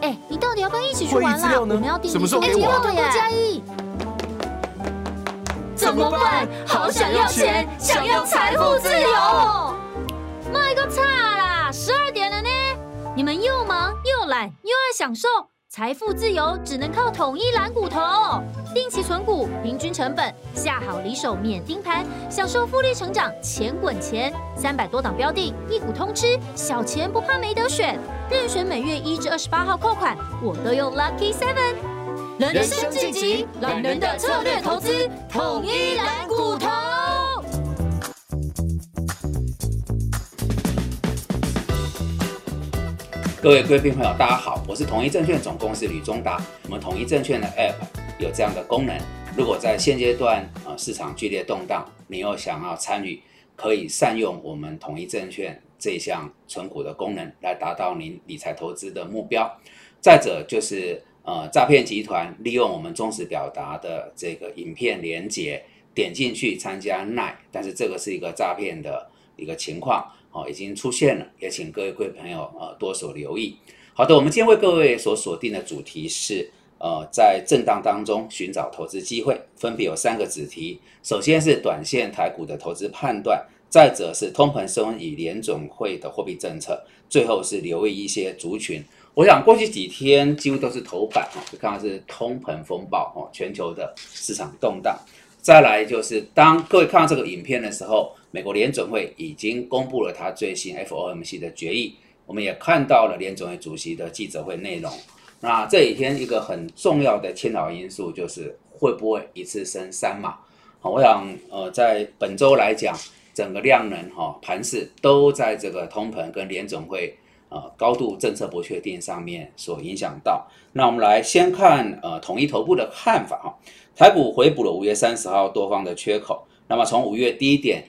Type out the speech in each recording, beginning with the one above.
哎，你到底要不要一起去玩啦？我们要订什么时候给我？ 多加一。 怎么办？好想要钱，想要财富自由。 卖个差啦，12点了呢。你们又忙又懒又爱享受，财富自由只能靠统一蓝骨头。定期存股，平均成本，下好离手免盯盘，享受复利成长，钱滚钱。300多档标的，一股通吃，小钱不怕没得选。任选每月1至28号扣款，我都用 Lucky 7。 人生晋级，懒人的策略投资，统一蓝骨头。 各位贵宾朋友，大家好，我是统一证券总公司吕中达。我们统一证券的 App 有这样的功能，如果在现阶段市场剧烈动荡，你又想要参与，可以善用我们统一证券这项存股的功能，来达到您理财投资的目标。再者就是诈骗集团利用我们忠实表达的这个影片连结，点进去参加 LINE， 但是这个是一个诈骗的一个情况。已经出现了，也请各位贵朋友多所留意。好的，我们今天为各位所锁定的主题是在震荡当中寻找投资机会，分别有3个子题。首先是短线台股的投资判断，再者是通膨升温与联准会的货币政策，最后是留意一些族群。我想过去几天几乎都是头版，就看到是通膨风暴，全球的市场动荡。再来就是当各位看到这个影片的时候，美国联准会已经公布了他最新 FOMC 的决议，我们也看到了联准会主席的记者会内容。那这几天一个很重要的牵导因素就是会不会一次升3码。我想在本周来讲，整个量能盘势都在这个通膨跟联准会高度政策不确定上面所影响到。那我们来先看统一头部的看法。台股回补了5月30号多方的缺口，那么从5月低点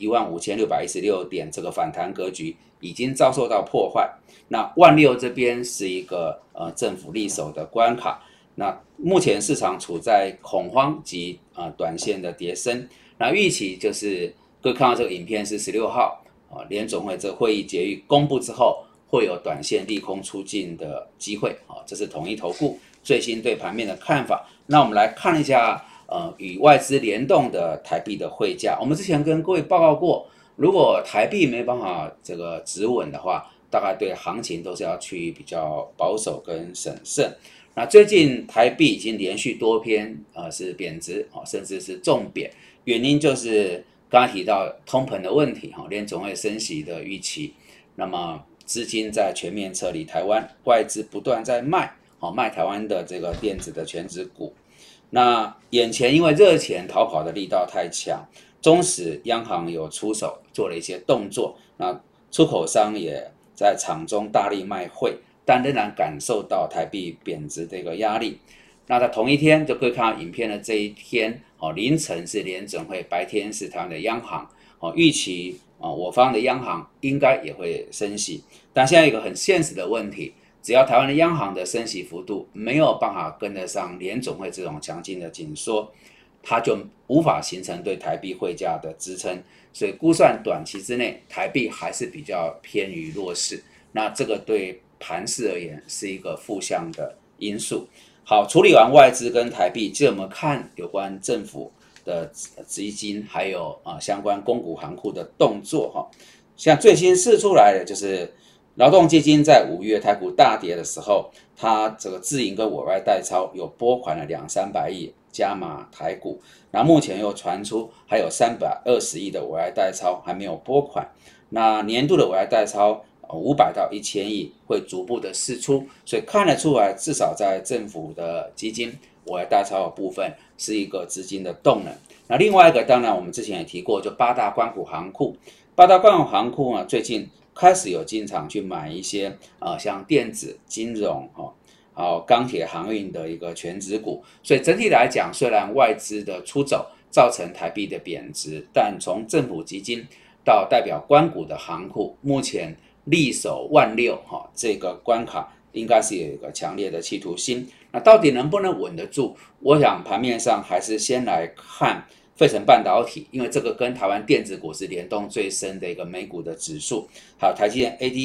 15616点这个反弹格局已经遭受到破坏。那16000这边是一个政府力守的关卡。那目前市场处在恐慌及短线的跌升。那预期就是各位看到这个影片是16号联总会这个会议决议公布之后，会有短线利空出尽的机会。这是统一投顾最新对盘面的看法。那我们来看一下与外资联动的台币的汇价。我们之前跟各位报告过，如果台币没办法这个止稳的话，大概对行情都是要去比较保守跟审慎。那最近台币已经连续多篇是贬值，甚至是重贬，原因就是刚才提到通膨的问题，联总会升息的预期，那么资金在全面撤离台湾，外资不断在卖台湾的这个电子的全指股。那眼前因为热钱逃跑的力道太强，中时央行有出手做了一些动作，那出口商也在场中大力卖汇，但仍然感受到台币贬值的一个压力。那在同一天，就可以看到影片的这一天，凌晨是联准会，白天是台湾的央行，预期我方的央行应该也会升息。但现在有一个很现实的问题，只要台湾的央行的升息幅度没有办法跟得上联总会这种强劲的紧缩，它就无法形成对台币汇价的支撑，所以估算短期之内台币还是比较偏于弱势。那这个对盘势而言是一个负向的因素。好，处理完外资跟台币，接着我们看有关政府的基金还有相关公股行库的动作。像最新释出来的就是劳动基金在5月台股大跌的时候，它这个自营跟委外代操有拨款了200-300亿加码台股，那目前又传出还有320亿的委外代操还没有拨款，那年度的委外代操500到1000亿会逐步的释出，所以看得出来至少在政府的基金委外代操的部分是一个资金的动能。那另外一个当然我们之前也提过，就8大官股行库，8大官股行库最近开始有进场去买一些像电子、金融钢铁、航运的一个全指股，所以整体来讲，虽然外资的出走造成台币的贬值，但从政府基金到代表官股的行库，目前力守16000这个关卡，应该是有一个强烈的企图心。那到底能不能稳得住？我想盘面上还是先来看费城半导体，因为这个跟台湾电子股是联动最深的一个美股的指数，还有台积电 ADR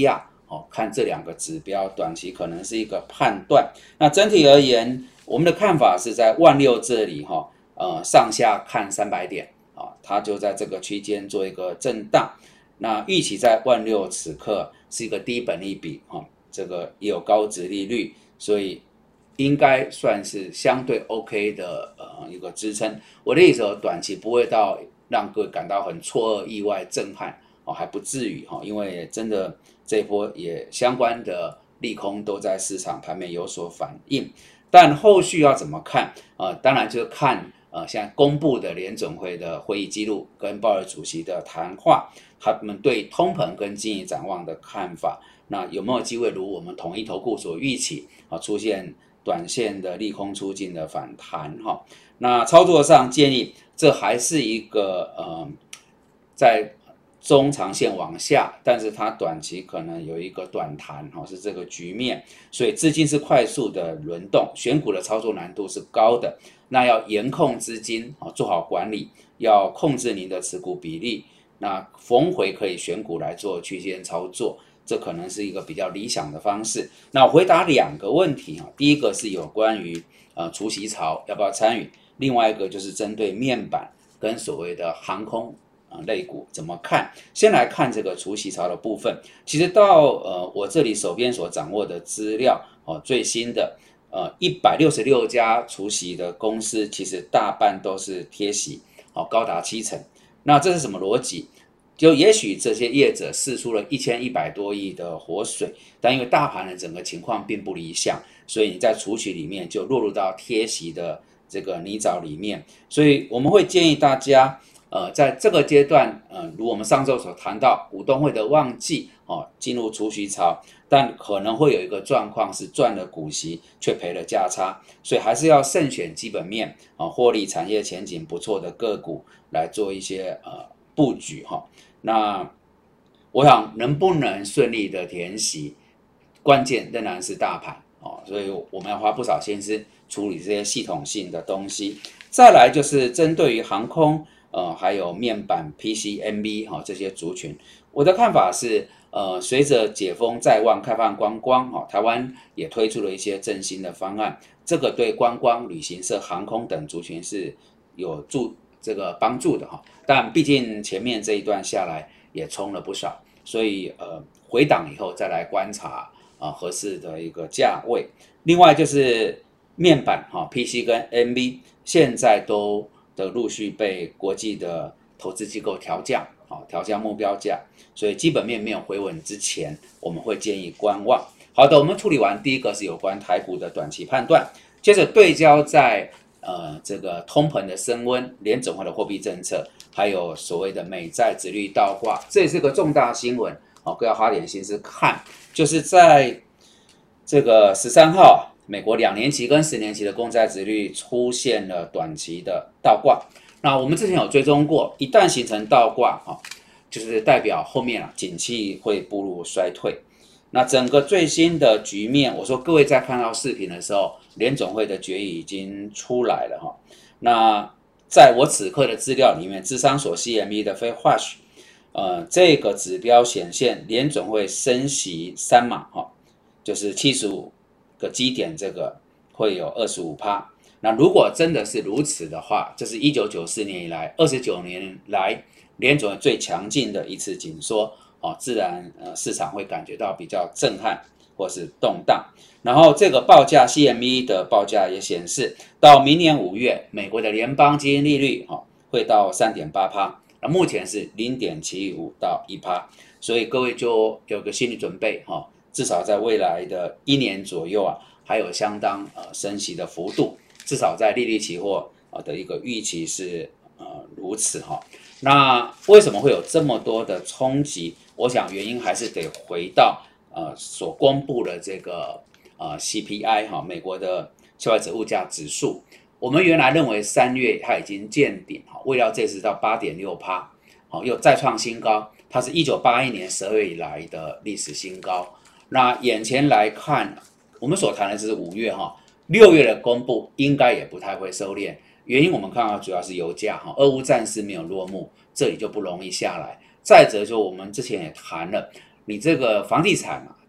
看这2个指标，短期可能是一个判断。那整体而言，我们的看法是在16000这里上下看300点它就在这个区间做一个震荡。那预期在16000此刻是一个低本益比这个也有高殖利率，所以应该算是相对 OK 的一个支撑。我的意思短期不会到让各位感到很错愕、意外、震撼还不至于因为真的这一波也相关的利空都在市场盘面有所反应。但后续要怎么看当然就看现在公布的联准会的会议记录跟鲍尔主席的谈话，他们对通膨跟经济展望的看法，那有没有机会如我们统一投顾所预期出现短线的利空出尽的反弹那操作上建议这还是一个在中长线往下，但是它短期可能有一个短弹是这个局面，所以资金是快速的轮动，选股的操作难度是高的，那要严控资金做好管理，要控制您的持股比例，那逢回可以选股来做区间操作，这可能是一个比较理想的方式。那我回答2个问题第一个是有关于除息潮要不要参与，另外一个就是针对面板跟所谓的航空类股怎么看。先来看这个除息潮的部分，其实到我这里手边所掌握的资料最新的166家除息的公司，其实大半都是贴息高达70%。那这是什么逻辑？就也许这些业者释出了1100多亿的活水，但因为大盘的整个情况并不理想，所以你在除息里面就落入到贴息的这个泥沼里面。所以我们会建议大家在这个阶段如我们上周所谈到股东会的旺季进入除息潮，但可能会有一个状况是赚了股息却赔了价差，所以还是要慎选基本面获利产业前景不错的个股来做一些布局那我想能不能顺利的填息，关键仍然是大盘所以我们要花不少心思处理这些系统性的东西。再来就是针对于航空还有面板 PC、NB 这些族群，我的看法是随着解封在望、开放观光台湾也推出了一些振兴的方案，这个对观光、旅行社、航空等族群是有这个帮助的但毕竟前面这一段下来也冲了不少，所以回档以后再来观察合适的一个价位。另外就是面板PC 跟 NB 现在都陆续被国际的投资机构调降目标价，所以基本面没有回稳之前，我们会建议观望。好的，我们处理完第一个是有关台股的短期判断，接着对焦在这个通膨的升温、联准会的货币政策，还有所谓的美债殖利率倒挂，这也是个重大新闻各要花点心思看。就是在这个13号，美国2年期跟10年期的公债殖利率出现了短期的倒挂。那我们之前有追踪过，一旦形成倒挂就是代表后面景气会步入衰退。那整个最新的局面，我说各位在看到视频的时候，联总会的决议已经出来了那在我此刻的资料里面，芝商所 CME 的 Fed Watch 这个指标显现联总会升息3码就是75个基点，这个会有 25%。那如果真的是如此的话，这是1994年以来29年来联总会最强劲的一次紧缩自然市场会感觉到比较震撼或是动荡。然后这个报价 CME 的报价也显示，到明年5月，美国的联邦基金利率会到 3.8%， 那目前是 0.75 到 1%， 所以各位就有个心理准备至少在未来的1年左右还有相当升息的幅度，至少在利率期货的一个预期是如此那为什么会有这么多的冲击？我想原因还是得回到所公布的这个CPI 美国的消费者物价指数。我们原来认为3月它已经见顶未料这次到 8.6%又再创新高，它是1981年12月以来的历史新高。那眼前来看，我们所谈的是5月6月的公布应该也不太会收敛，原因我们看到主要是油价俄乌战事没有落幕，这里就不容易下来。再者就我们之前也谈了，你这个房地产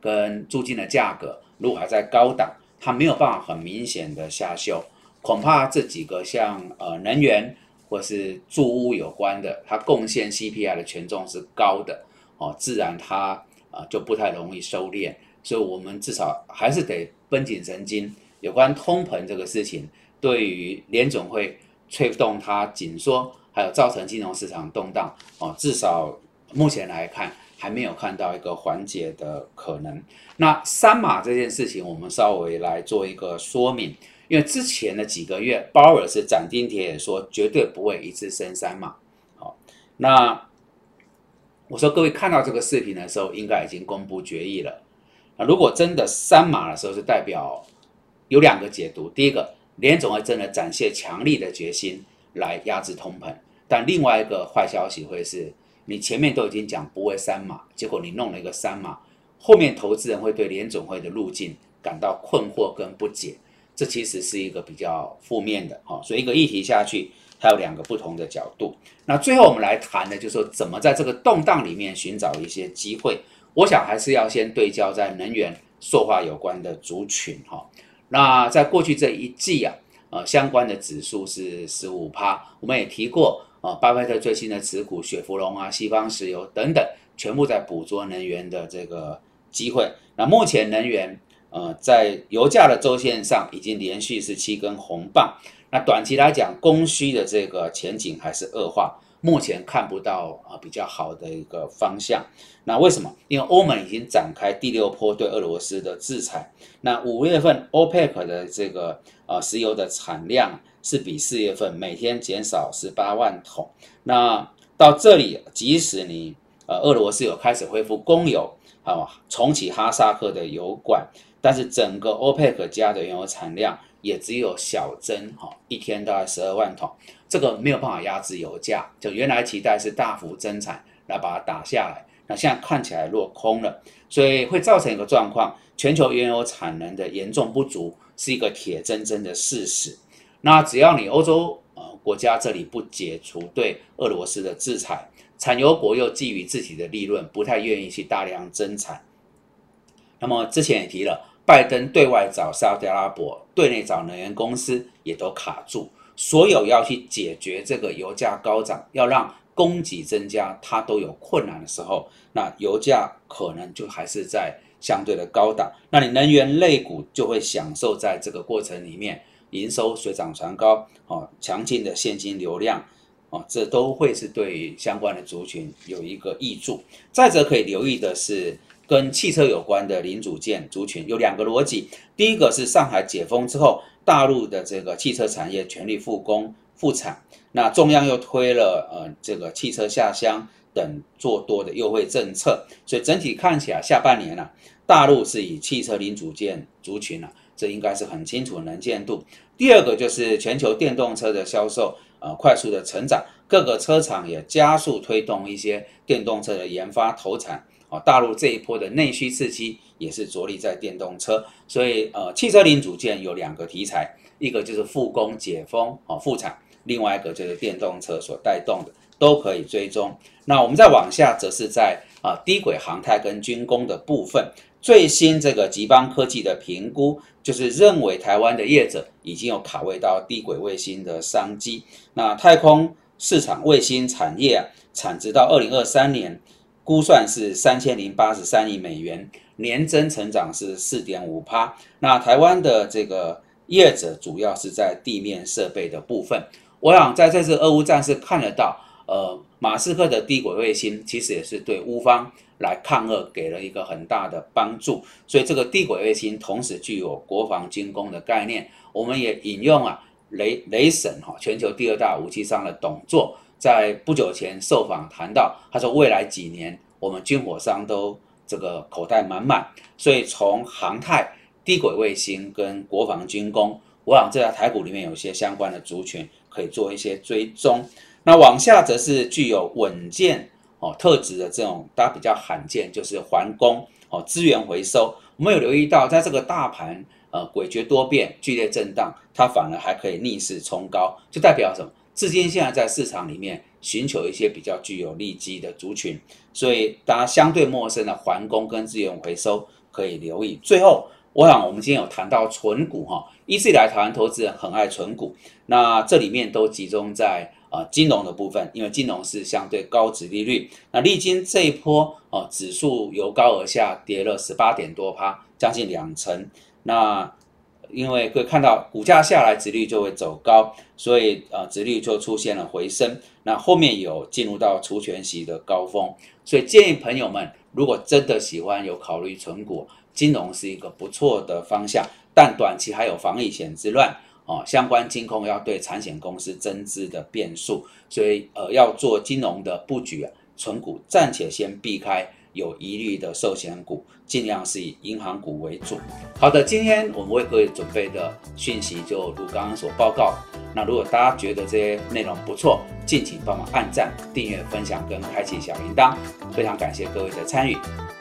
跟租金的价格，如果还在高档，它没有办法很明显的下修，恐怕这几个像能源或是住屋有关的，它贡献 CPI 的权重是高的自然它就不太容易收敛，所以我们至少还是得绷紧神经，有关通膨这个事情，对于联准会推动它紧缩，还有造成金融市场动荡至少目前来看还没有看到一个缓解的可能。那3码这件事情我们稍微来做一个说明，因为之前的几个月鲍尔是斩钉截铁说绝对不会一次升3码。那我说各位看到这个视频的时候应该已经公布决议了。那如果真的3码的时候，是代表有2个解读，第一个，联总会真的展现强力的决心来压制通膨，但另外一个坏消息会是你前面都已经讲不会3码，结果你弄了一个3码，后面投资人会对联总会的路径感到困惑跟不解，这其实是一个比较负面的所以一个议题下去它有2个不同的角度。那最后我们来谈的就是说怎么在这个动荡里面寻找一些机会，我想还是要先对焦在能源塑化有关的族群那在过去这一季相关的指数是 15%， 我们也提过巴菲特最新的持股雪佛龙西方石油等等，全部在捕捉能源的这个机会。那目前能源在油价的周线上已经连续是7根红棒，那短期来讲供需的这个前景还是恶化，目前看不到比较好的一个方向。那为什么？因为欧盟已经展开第6波对俄罗斯的制裁，那5月份 OPEC 的这个石油的产量是比4月份每天减少18万桶。那到这里，即使你俄罗斯有开始恢复供油重启哈萨克的油管，但是整个 OPEC 加的原油产量也只有小增一天大概12万桶，这个没有办法压制油价，就原来期待是大幅增产来把它打下来，那现在看起来落空了，所以会造成一个状况，全球原油产能的严重不足是一个铁铮铮的事实。那只要你欧洲国家这里不解除对俄罗斯的制裁，产油国又基于自己的利润不太愿意去大量增产，那么之前也提了，拜登对外找沙特阿拉伯，对内找能源公司也都卡住，所有要去解决这个油价高涨，要让供给增加，它都有困难的时候，那油价可能就还是在相对的高档，那你能源类股就会享受在这个过程里面营收水涨船高强劲的现金流量这都会是对于相关的族群有一个益处。再者可以留意的是跟汽车有关的零组件族群有2个逻辑，第一个是上海解封之后，大陆的这个汽车产业全力复工复产，那中央又推了这个汽车下乡等做多的优惠政策，所以整体看起来下半年大陆是以汽车零组件族群这应该是很清楚的能见度。第二个就是全球电动车的销售快速的成长，各个车厂也加速推动一些电动车的研发投产大陆这一波的内需刺激也是着力在电动车，所以汽车零组件有2个题材，一个就是复工解封复产，另外一个就是电动车所带动的，都可以追踪。那我们再往下则是在低轨航太跟军工的部分，最新这个集邦科技的评估就是认为台湾的业者已经有卡位到低轨卫星的商机，那太空市场卫星产业产值到2023年估算是3083亿美元，年增成长是 4.5%。 那台湾的这个业者主要是在地面设备的部分，我想在这次俄乌战事看得到马斯克的低轨卫星其实也是对乌方来抗俄给了一个很大的帮助，所以这个低轨卫星同时具有国防军工的概念。我们也引用雷神全球第2大武器商的董座在不久前受访谈到，他说未来几年我们军火商都这个口袋满满，所以从航太、低轨卫星跟国防军工，我想在台股里面有些相关的族群可以做一些追踪。那往下则是具有稳健特质的这种大家比较罕见，就是环工资源回收。我们有留意到在这个大盘诡谲多变剧烈震荡，它反而还可以逆势冲高，就代表什么？资金现在在市场里面寻求一些比较具有利基的族群，所以大家相对陌生的环工跟资源回收可以留意。最后，我想我们今天有谈到存股一直以来台湾投资人很爱存股，那这里面都集中在金融的部分，因为金融是相对高殖利率。那历经这一波指数由高而下跌了18点多%，将近20%。那因为可以看到股价下来，殖利率就会走高，所以殖利率就出现了回升。那后面有进入到除权息的高峰，所以建议朋友们，如果真的喜欢有考虑存股，金融是一个不错的方向，但短期还有防疫险之乱。相关金控要对产险公司增资的变数，所以要做金融的布局存股暂且先避开有疑虑的寿险股，尽量是以银行股为主。好的，今天我们为各位准备的讯息就如刚刚所报告。那如果大家觉得这些内容不错，敬请帮忙按赞、订阅、分享跟开启小铃铛。非常感谢各位的参与。